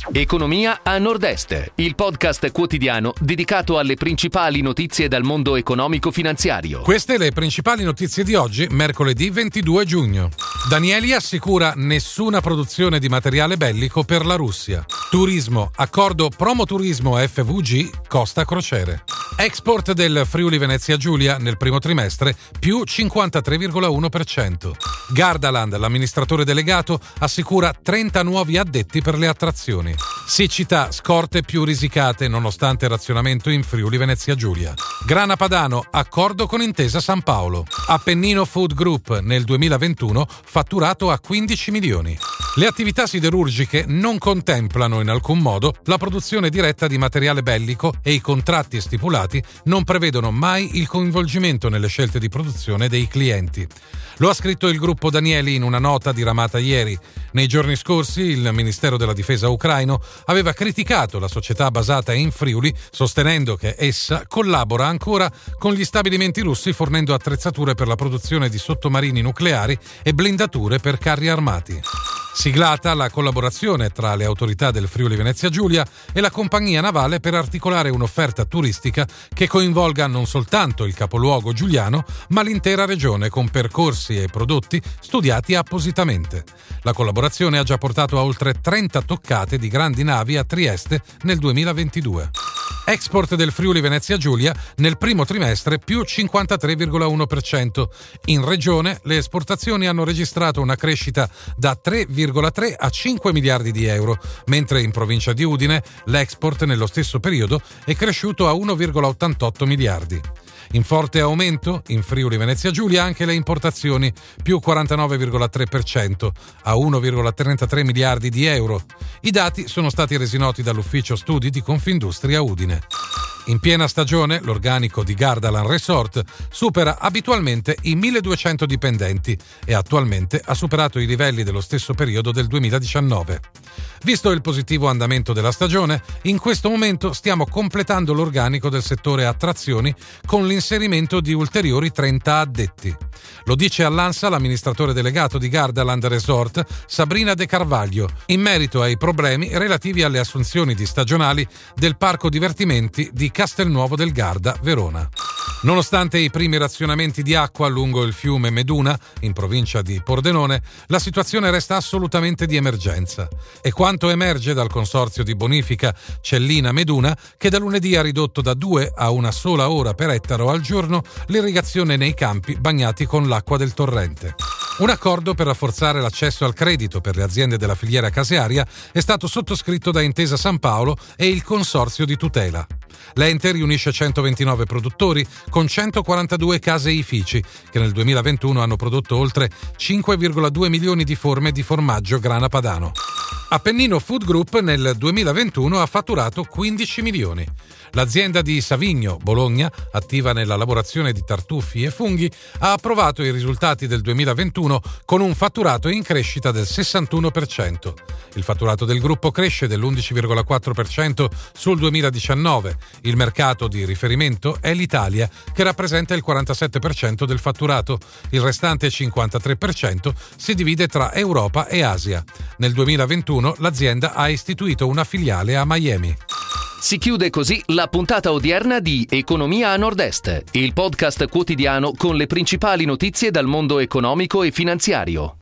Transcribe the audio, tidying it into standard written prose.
Economia a Nord-Est, il podcast quotidiano dedicato alle principali notizie dal mondo economico-finanziario. Queste le principali notizie di oggi, mercoledì 22 giugno. Danieli assicura nessuna produzione di materiale bellico per la Russia. Turismo, accordo promoturismo FVG, Costa Crociere. Export del Friuli Venezia Giulia nel primo trimestre più 53,1%. Gardaland, l'amministratore delegato, assicura 30 nuovi addetti per le attrazioni. Siccità, scorte più risicate nonostante razionamento in Friuli Venezia Giulia. Grana Padano, accordo con Intesa San Paolo. Appennino Food Group nel 2021 fatturato a 15 milioni. Le attività siderurgiche non contemplano in alcun modo la produzione diretta di materiale bellico e i contratti stipulati non prevedono mai il coinvolgimento nelle scelte di produzione dei clienti. Lo ha scritto il gruppo Danieli in una nota diramata ieri. Nei giorni scorsi il Ministero della Difesa ucraino aveva criticato la società basata in Friuli, sostenendo che essa collabora ancora con gli stabilimenti russi fornendo attrezzature per la produzione di sottomarini nucleari e blindature per carri armati. Siglata la collaborazione tra le autorità del Friuli Venezia Giulia e la compagnia navale per articolare un'offerta turistica che coinvolga non soltanto il capoluogo giuliano, ma l'intera regione con percorsi e prodotti studiati appositamente. La collaborazione ha già portato a oltre 30 toccate di grandi navi a Trieste nel 2022. Export del Friuli Venezia Giulia nel primo trimestre più 53,1%. In regione le esportazioni hanno registrato una crescita da 3,3 a 5 miliardi di euro, mentre in provincia di Udine l'export nello stesso periodo è cresciuto a 1,88 miliardi. In forte aumento in Friuli Venezia Giulia anche le importazioni, più 49,3% a 1,33 miliardi di euro. I dati sono stati resi noti dall'ufficio studi di Confindustria Udine. In piena stagione, l'organico di Gardaland Resort supera abitualmente i 1.200 dipendenti e attualmente ha superato i livelli dello stesso periodo del 2019. Visto il positivo andamento della stagione, in questo momento stiamo completando l'organico del settore attrazioni con l'inserimento di ulteriori 30 addetti. Lo dice all'ANSA l'amministratore delegato di Gardaland Resort, Sabrina De Carvalho, in merito ai problemi relativi alle assunzioni di stagionali del parco divertimenti di Castelnuovo del Garda, Verona. Nonostante i primi razionamenti di acqua lungo il fiume Meduna, in provincia di Pordenone, la situazione resta assolutamente di emergenza. È quanto emerge dal consorzio di bonifica Cellina Meduna, che da lunedì ha ridotto da 2 a 1 sola ora per ettaro al giorno l'irrigazione nei campi bagnati con l'acqua del torrente. Un accordo per rafforzare l'accesso al credito per le aziende della filiera casearia è stato sottoscritto da Intesa San Paolo e il Consorzio di Tutela. L'ente riunisce 129 produttori con 142 caseifici che nel 2021 hanno prodotto oltre 5,2 milioni di forme di formaggio Grana Padano. Appennino Food Group nel 2021 ha fatturato 15 milioni. L'azienda di Savigno, Bologna, attiva nella lavorazione di tartufi e funghi, ha approvato i risultati del 2021 con un fatturato in crescita del 61%. Il fatturato del gruppo cresce dell'11,4% sul 2019. Il mercato di riferimento è l'Italia, che rappresenta il 47% del fatturato. Il restante 53% si divide tra Europa e Asia. Nel 2021 l'azienda ha istituito una filiale a Miami. Si chiude così la puntata odierna di Economia a Nord-Est, il podcast quotidiano con le principali notizie dal mondo economico e finanziario.